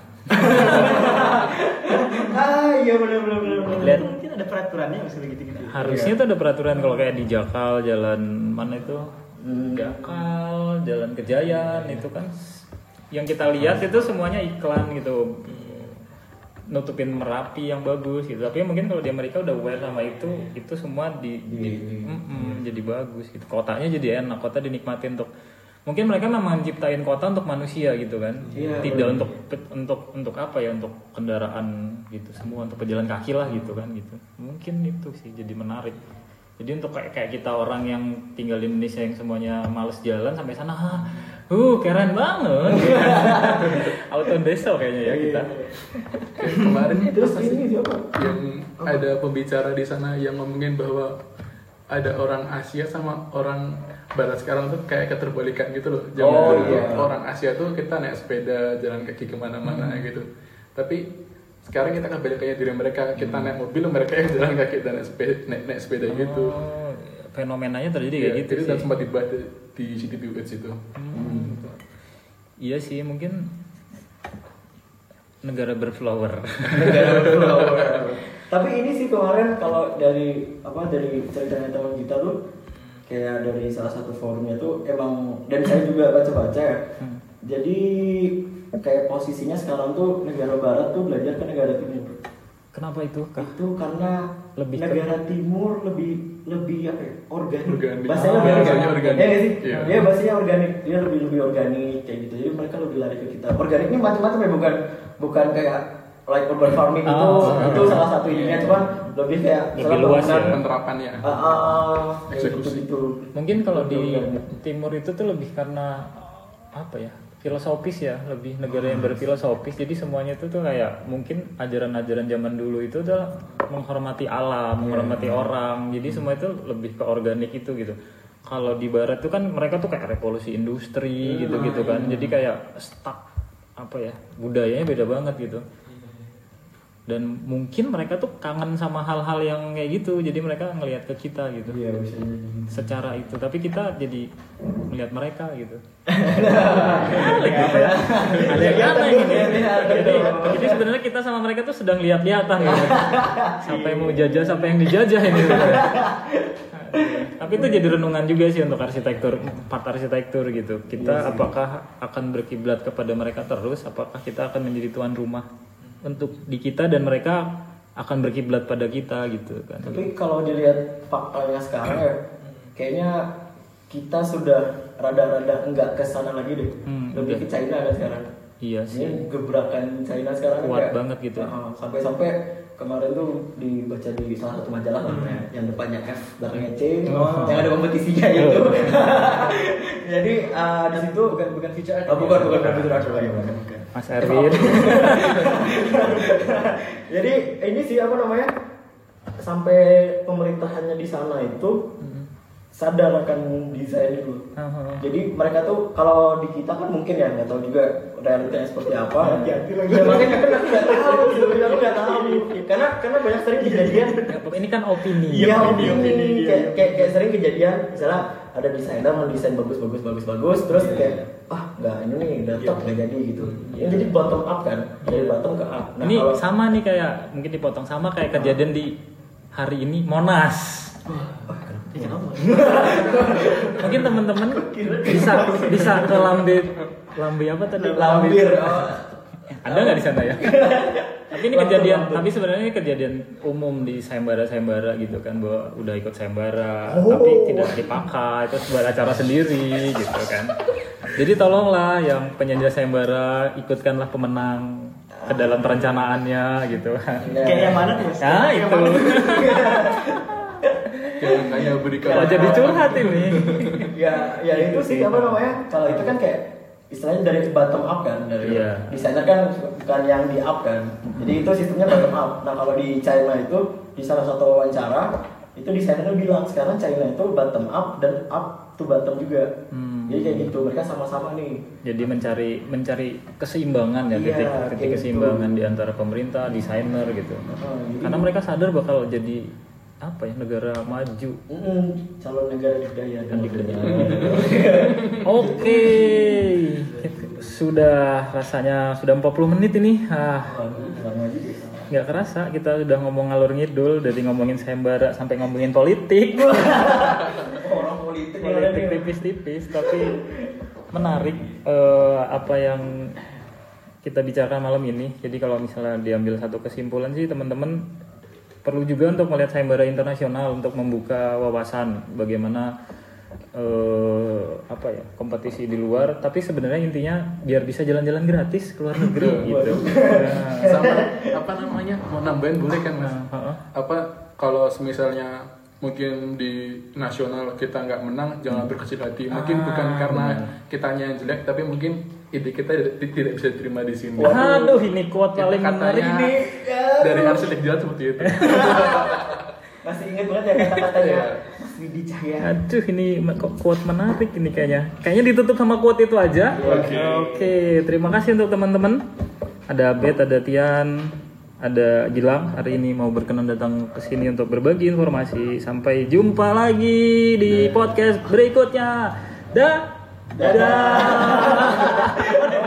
Ah iya benar benar benar. benar. Lihat. Itu mungkin ada peraturannya misalnya gitu-gitu. Harusnya tuh ada peraturan kalau kayak di Jakal, jalan mana itu? Jakal, jalan Kejayan itu kan yang kita lihat itu semuanya iklan gitu. Nutupin Merapi yang bagus gitu. Tapi mungkin kalau di Amerika udah aware sama itu, itu semua di, di- mm-mm, jadi bagus gitu. Kotanya jadi enak, kota dinikmatin untuk mungkin mereka memang ciptain kota untuk manusia gitu kan. Iya, Tidak betul. untuk untuk untuk apa ya, untuk kendaraan gitu semua, untuk pejalan kaki lah gitu kan gitu. Mungkin itu sih jadi menarik. Jadi untuk kayak kayak kita orang yang tinggal di Indonesia yang semuanya males jalan sampai sana, "Hah, uh keren banget." Auto deso kayaknya ya kita. Kemarin Terus apa sih ini siapa? yang ada pembicara di sana yang ngomongin bahwa ada orang Asia sama orang Barat sekarang tuh kayak keterbalikan gitu loh. Zaman Oh, dulu iya. orang Asia tuh kita naik sepeda, jalan kaki kemana-mana gitu. Tapi sekarang kita kebalikannya diri mereka, kita naik mobil, mereka yang jalan kaki dan naik sepeda, naik, naik sepeda gitu. Oh, fenomenanya terjadi kayak Iya, gitu jadi sih. dan sempat dibahas di, di C T V Awards itu. Hmm. Iya sih, mungkin negara berflower. Negara berflower. Tapi ini sih kemarin kalau dari apa dari ceritanya teman kita tuh kayak dari salah satu forumnya tuh emang, dan saya juga baca-baca ya. Hmm. Jadi kayak posisinya sekarang tuh negara barat tuh belajar ke negara timur. Kenapa itu, Kak? Itu karena Lebih ke- negara timur lebih lebih apa ya? Organik. Organik. Bahasanya Ah, lebih bahasanya organik. organik. Ya nggak sih? Iya. Iya, bahasanya organik. Dia lebih lebih organik kayak gitu. Jadi mereka lebih lari ke kita. Organik ini macam-macam ya, bukan bukan kayak like urban farming itu Oh, itu salah satu ininya, cuma lebih kayak Lebih misalnya luas ya. bangunan, Penerapannya. ah, ah, kayak Eksekusi. gitu-gitu. Mungkin kalau di Lebih organik. timur itu tuh lebih karena apa ya? Filosofis ya, lebih negara yang berfilosofis. Jadi semuanya itu tuh kayak mungkin ajaran-ajaran zaman dulu itu tuh menghormati alam, menghormati orang. Jadi semua itu lebih ke organik itu gitu. Kalau di barat tuh kan mereka tuh kayak revolusi industri gitu-gitu kan. Jadi kayak stuck apa ya? Budayanya beda banget gitu. Dan mungkin mereka tuh kangen sama hal-hal yang kayak gitu, jadi mereka ngelihat ke kita gitu. Iya, bisa jadi gitu. Secara itu, tapi kita jadi melihat mereka gitu. Ada apa ya? Ada yang aneh gitu ya. Jadi, jadi sebenarnya kita sama mereka tuh sedang lihat-lihatan gitu. Siapa yang mau jajah, siapa yang dijajah ini. Tapi itu jadi renungan juga sih untuk arsitektur, part arsitektur gitu. Kita apakah akan berkiblat kepada mereka terus, apakah kita akan menjadi tuan rumah untuk di kita dan mereka akan berkiblat pada kita gitu kan. Tapi kalau dilihat faktanya sekarang ya, kayaknya kita sudah rada-rada enggak ke sana lagi deh. Hmm, Lebih udah. ke China kan sekarang. Iya sih. Ini gebrakan China sekarang Kuat kayak- banget gitu. Nah, sampai-sampai kemarin tuh dibaca di salah satu majalah Hmm. namanya, yang depannya F belakangnya C, Oh. yang ada kompetisinya gitu. Jadi uh, di situ bukan bukan feature oh, bukan bukan bukan bukan bukan, bukan, bukan. Mas Erwin. Jadi ini sih apa namanya, sampai pemerintahannya di sana itu sadar akan desain itu. Oh. Jadi mereka tuh kalau di kita kan mungkin ya nggak tahu juga realitanya seperti apa. Hati-hati lagi. Ya, makanya kan aku nggak tahu, sebenarnya aku nggak tahu. Karena karena banyak sering kejadian. Ini kan opini. Iya, opini, opini. opini, iya. Kayak, kayak kayak sering kejadian, misalnya ada desainer mendesain bagus bagus bagus bagus, terus kayak ah nggak ini nih udah top nggak jadi gitu. Ya, jadi bottom up kan, dari bottom ke up. Nah, Ini kalau sama nih kayak mungkin dipotong sama kayak kejadian di hari ini Monas. Kenapa? Mungkin teman-teman bisa bisa ke lambe lambe apa tadi? Lambir. Oh. Ada nggak di sana ya? Tapi ini kejadian, tapi sebenarnya ini kejadian umum di sayembara-sayembara gitu kan, bahwa udah ikut sayembara, Oh. tapi tidak dipakai, terus buat acara sendiri gitu kan. Jadi tolonglah yang penyedia sayembara, ikutkanlah pemenang ke dalam perencanaannya gitu kan. Kayak yang mana tuh mas? Nah Yang itu, mana tuh? Jangan hanya berikan. kalau jadi curhat ini. Ya, ya itu sih apa namanya? Kalau itu kan kayak istilahnya dari bottom up kan, dari Iya. desainer kan bukan yang di up kan. Jadi itu sistemnya bottom up. Nah kalau di China itu di salah satu wawancara itu desainernya bilang sekarang China itu bottom up dan up to bottom juga. Hmm. Jadi kayak gitu mereka sama-sama nih. Jadi mencari mencari keseimbangan ya, Iya, titik kayak titik gitu. keseimbangan di antara pemerintah, desainer gitu. Oh, jadi- Karena mereka sadar bakal jadi apa ya, negara maju. Mm, calon negara dikdaya dan Dikdaya. Oke, sudah rasanya sudah empat puluh menit ini. Ah, lama juga. nggak kerasa kita udah ngomong ngalur ngidul dari ngomongin sayembara sampai ngomongin politik. Orang politik yang ada Politik nih. tipis-tipis, tapi menarik eh, apa yang kita bicarakan malam ini. Jadi kalau misalnya diambil satu kesimpulan sih, teman-teman perlu juga untuk melihat sayembara internasional untuk membuka wawasan bagaimana eh, apa ya, kompetisi di luar, tapi sebenarnya intinya biar bisa jalan-jalan gratis ke luar negeri gitu. Nah, Sama apa namanya? Mau nambahin boleh kan mas? nah, heeh. Apa kalau misalnya mungkin di nasional kita nggak menang, jangan berkecil hati. Mungkin Ah, bukan karena benar. kitanya yang jelek, tapi mungkin ide kita tidak, tidak bisa diterima di sini. Aduh, ini quote Itu paling menarik katanya ini. dari arsitek jalan seperti itu. Masih ingat banget ya kata-katanya Iya. Mas Widi Cahya. Aduh, ini kok quote menarik ini kayaknya. Kayaknya ditutup sama quote itu aja. Oke. Oke, terima kasih untuk teman-teman. Ada Bet, ada Tian, ada Gilang. Hari ini mau berkenan datang ke sini untuk berbagi informasi. Sampai jumpa lagi di podcast berikutnya. Dah. Dadah.